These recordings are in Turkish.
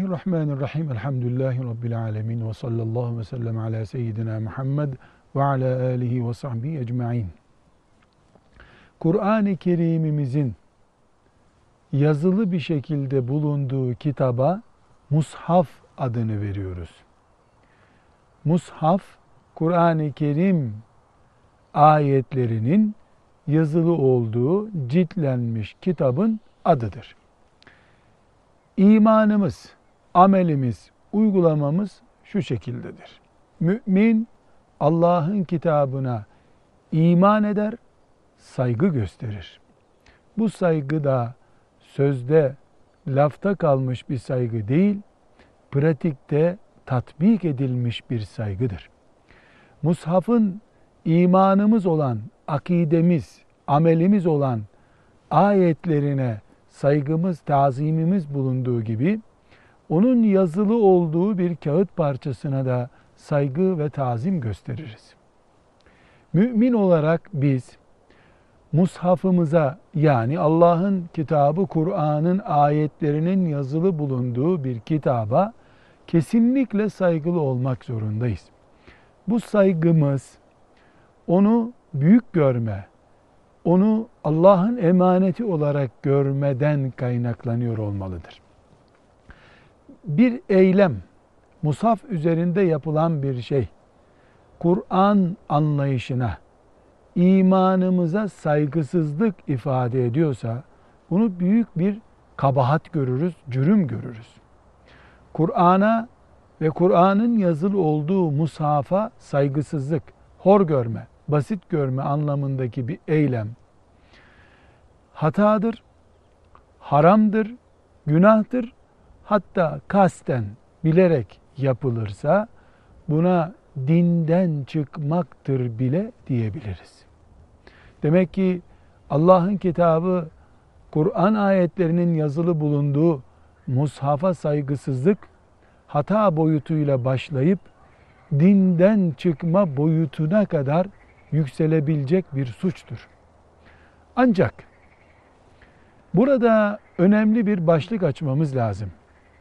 Bismillahirrahmanirrahim. Elhamdülillahi Rabbil alemin. Ve sallallahu ve sellem ala seyyidina Muhammed ve ala alihi ve sahbihi ecma'in. Kur'an-ı Kerim'imizin yazılı bir şekilde bulunduğu kitaba Mushaf adını veriyoruz. Mushaf, Kur'an-ı Kerim ayetlerinin yazılı olduğu ciltlenmiş kitabın adıdır. İmanımız, amelimiz, uygulamamız şu şekildedir. Mümin Allah'ın kitabına iman eder, saygı gösterir. Bu saygı da sözde, lafta kalmış bir saygı değil, pratikte tatbik edilmiş bir saygıdır. Mushaf'ın imanımız olan, akidemiz, amelimiz olan ayetlerine saygımız, tazimimiz bulunduğu gibi, onun yazılı olduğu bir kağıt parçasına da saygı ve tazim gösteririz. Mümin olarak biz, mushafımıza, yani Allah'ın kitabı Kur'an'ın ayetlerinin yazılı bulunduğu bir kitaba kesinlikle saygılı olmak zorundayız. Bu saygımız, onu büyük görme, onu Allah'ın emaneti olarak görmeden kaynaklanıyor olmalıdır. Bir eylem, mushaf üzerinde yapılan bir şey, Kur'an anlayışına, imanımıza saygısızlık ifade ediyorsa, bunu büyük bir kabahat görürüz, cürüm görürüz. Kur'an'a ve Kur'an'ın yazılı olduğu mushafa saygısızlık, hor görme, basit görme anlamındaki bir eylem hatadır, haramdır, günahtır. Hatta kasten, bilerek yapılırsa buna dinden çıkmaktır bile diyebiliriz. Demek ki Allah'ın kitabı, Kur'an ayetlerinin yazılı bulunduğu mushafa saygısızlık, hata boyutuyla başlayıp dinden çıkma boyutuna kadar yükselebilecek bir suçtur. Ancak burada önemli bir başlık açmamız lazım.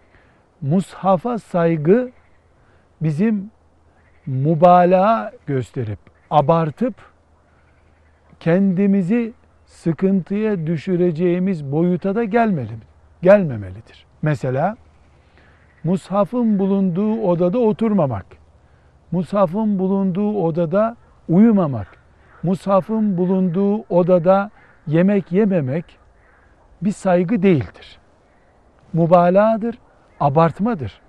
Mushafa saygı bizim mübalağa gösterip, abartıp kendimizi sıkıntıya düşüreceğimiz boyuta da gelmemelidir. Mesela mushafın bulunduğu odada oturmamak, mushafın bulunduğu odada uyumamak, mushafın bulunduğu odada yemek yememek bir saygı değildir. Mübalağadır, abartmadır.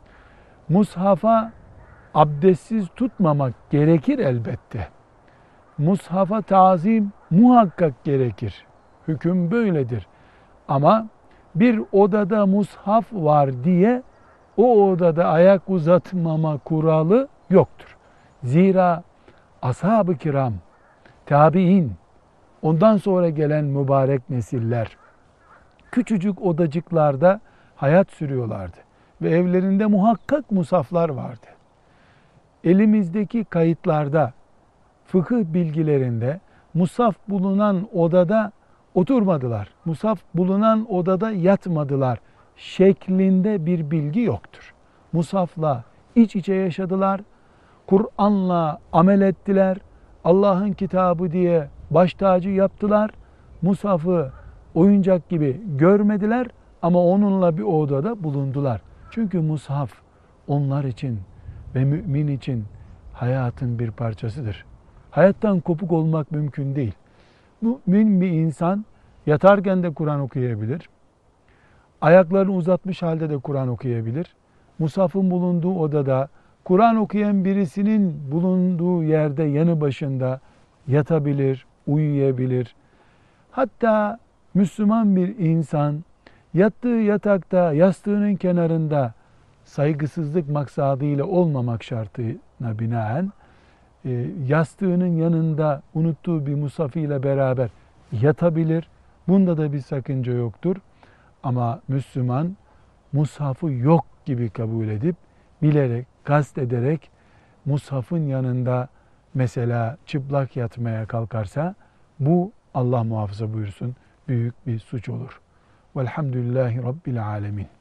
Mushafa abdestsiz tutmamak gerekir elbette. Mushafa tazim muhakkak gerekir. Hüküm böyledir. Ama bir odada mushaf var diye o odada ayak uzatmama kuralı yoktur. Zira ashab-ı kiram, tabi'in, ondan sonra gelen mübarek nesiller küçücük odacıklarda hayat sürüyorlardı. Ve evlerinde muhakkak mushaflar vardı. Elimizdeki kayıtlarda, fıkıh bilgilerinde mushaf bulunan odada oturmadılar, mushaf bulunan odada yatmadılar şeklinde bir bilgi yoktur. Mushafla iç içe yaşadılar, Kur'an'la amel ettiler, Allah'ın kitabı diye baş tacı yaptılar, mushafı oyuncak gibi görmediler ama onunla bir odada bulundular. Çünkü mushaf onlar için ve mümin için hayatın bir parçasıdır. Hayattan kopuk olmak mümkün değil. Mümin bir insan yatarken de Kur'an okuyabilir. Ayaklarını uzatmış halde de Kur'an okuyabilir. Mushafın bulunduğu odada Kur'an okuyan birisinin bulunduğu yerde yanı başında yatabilir, uyuyabilir. Hatta Müslüman bir insan yattığı yatakta, yastığının kenarında saygısızlık maksadıyla olmamak şartına binaen yastığının yanında unuttuğu bir mushafıyla beraber yatabilir. Bunda da bir sakınca yoktur. Ama Müslüman mushafı yok gibi kabul edip bilerek, kast ederek mushafın yanında mesela çıplak yatmaya kalkarsa bu Allah muhafaza buyursun büyük bir suç olur. Velhamdülillahi Rabbil alemin.